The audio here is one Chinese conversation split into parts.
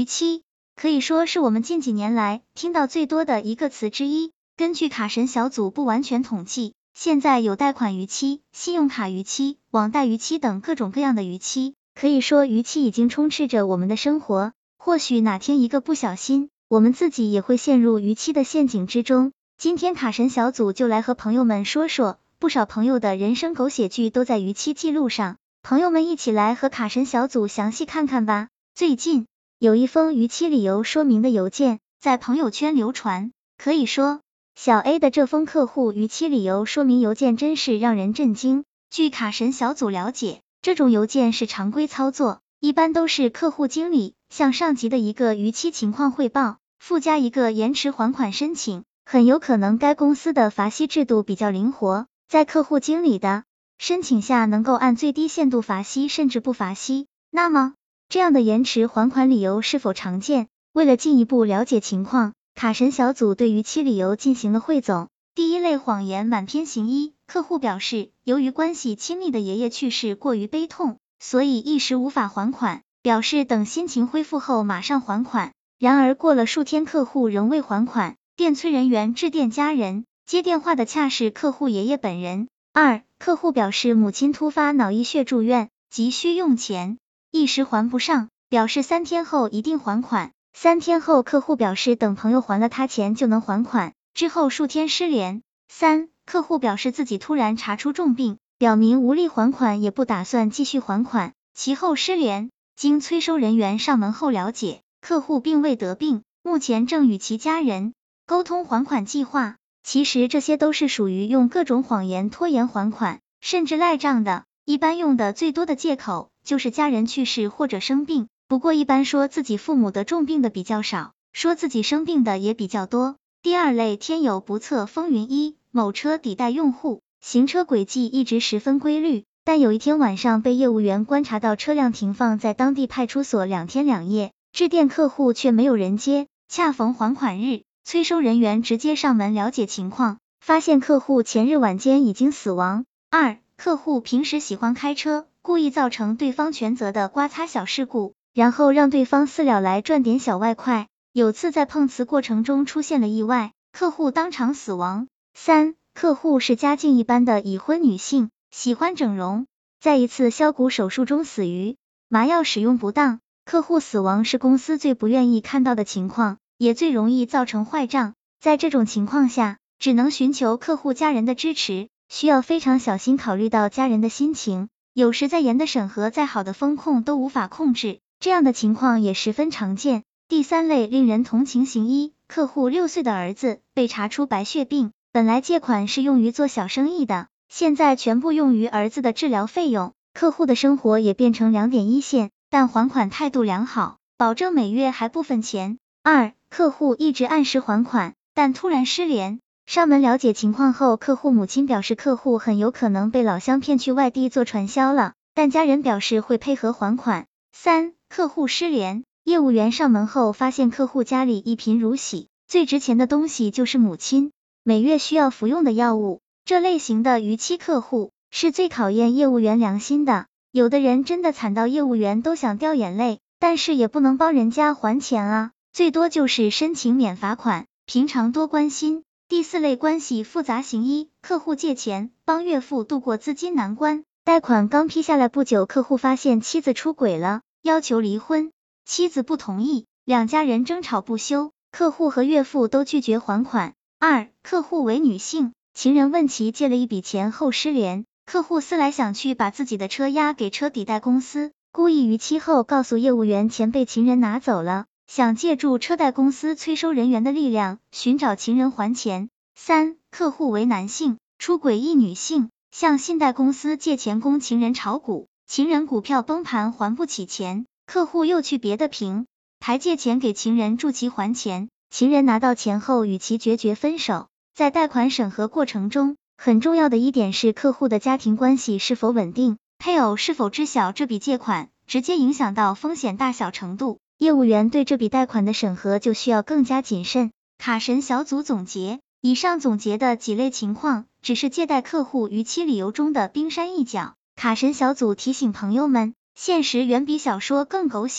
逾期可以说是我们近几年来听到最多的一个词之一。根据卡神小组不完全统计，现在有贷款逾期、信用卡逾期、网贷逾期等各种各样的逾期，可以说逾期已经充斥着我们的生活。或许哪天一个不小心，我们自己也会陷入逾期的陷阱之中。今天卡神小组就来和朋友们说说，不少朋友的人生狗血剧都在逾期记录上，朋友们一起来和卡神小组详细看看吧。最近有一封逾期理由说明的邮件在朋友圈流传，可以说小 A 的这封客户逾期理由说明邮件真是让人震惊。据卡神小组了解，这种邮件是常规操作，一般都是客户经理向上级的一个逾期情况汇报，附加一个延迟还款申请。很有可能该公司的罚息制度比较灵活，在客户经理的申请下能够按最低限度罚息甚至不罚息。那么这样的延迟还款理由是否常见？为了进一步了解情况，卡神小组对逾期理由进行了汇总。第一类谎言满篇型一，客户表示由于关系亲密的爷爷去世过于悲痛，所以一时无法还款，表示等心情恢复后马上还款。然而过了数天客户仍未还款，电催人员致电家人，接电话的恰是客户爷爷本人。二，客户表示母亲突发脑溢血住院，急需用钱，一时还不上，表示3天后一定还款。3天后客户表示等朋友还了他钱就能还款，之后数天失联。三，客户表示自己突然查出重病，表明无力还款也不打算继续还款，其后失联。经催收人员上门后了解，客户并未得病，目前正与其家人沟通还款计划。其实这些都是属于用各种谎言拖延还款，甚至赖账的。一般用的最多的借口就是家人去世或者生病，不过一般说自己父母得重病的比较少，说自己生病的也比较多。第二类天有不测风云一，某车抵贷用户行车轨迹一直十分规律，但有一天晚上被业务员观察到车辆停放在当地派出所2天2夜，致电客户却没有人接，恰逢还款日，催收人员直接上门了解情况，发现客户前日晚间已经死亡。二，客户平时喜欢开车，故意造成对方全责的刮擦小事故，然后让对方私了来赚点小外快。有次在碰瓷过程中出现了意外，客户当场死亡。三，客户是家境一般的已婚女性，喜欢整容，在一次削骨手术中死于麻药使用不当。客户死亡是公司最不愿意看到的情况，也最容易造成坏账。在这种情况下，只能寻求客户家人的支持，需要非常小心考虑到家人的心情，有时再严的审核再好的风控都无法控制，这样的情况也十分常见。第三类令人同情型一，客户6岁的儿子被查出白血病，本来借款是用于做小生意的，现在全部用于儿子的治疗费用，客户的生活也变成2点1线，但还款态度良好，保证每月还部分钱。二，客户一直按时还款，但突然失联，上门了解情况后，客户母亲表示客户很有可能被老乡骗去外地做传销了，但家人表示会配合还款。三，客户失联，业务员上门后发现客户家里一贫如洗，最值钱的东西就是母亲每月需要服用的药物。这类型的逾期客户是最考验业务员良心的，有的人真的惨到业务员都想掉眼泪，但是也不能帮人家还钱啊，最多就是申请免罚款，平常多关心。第四类关系复杂型一，客户借钱帮岳父度过资金难关，贷款刚批下来不久，客户发现妻子出轨了，要求离婚，妻子不同意，两家人争吵不休，客户和岳父都拒绝还款。二，客户为女性，情人问其借了一笔钱后失联，客户思来想去把自己的车押给车抵贷公司，故意逾期后告诉业务员钱被情人拿走了，想借助车贷公司催收人员的力量寻找情人还钱。三，客户为男性，出轨一女性，向信贷公司借钱供情人炒股，情人股票崩盘还不起钱，客户又去别的平台借钱给情人助其还钱，情人拿到钱后与其决绝分手。在贷款审核过程中，很重要的一点是客户的家庭关系是否稳定，配偶是否知晓这笔借款，直接影响到风险大小程度，业务员对这笔贷款的审核就需要更加谨慎。卡神小组总结，以上总结的几类情况只是借贷客户逾期理由中的冰山一角，卡神小组提醒朋友们，现实远比小说更狗血。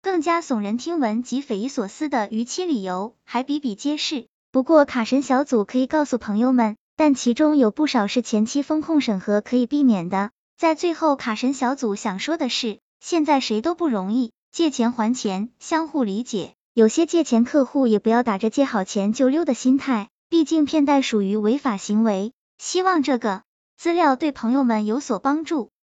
更加耸人听闻及匪夷所思的逾期理由还比比皆是。不过卡神小组可以告诉朋友们，但其中有不少是前期风控审核可以避免的。在最后，卡神小组想说的是，现在谁都不容易，借钱还钱，相互理解。有些借钱客户也不要打着借好钱就溜的心态，毕竟骗贷属于违法行为。希望这个资料对朋友们有所帮助。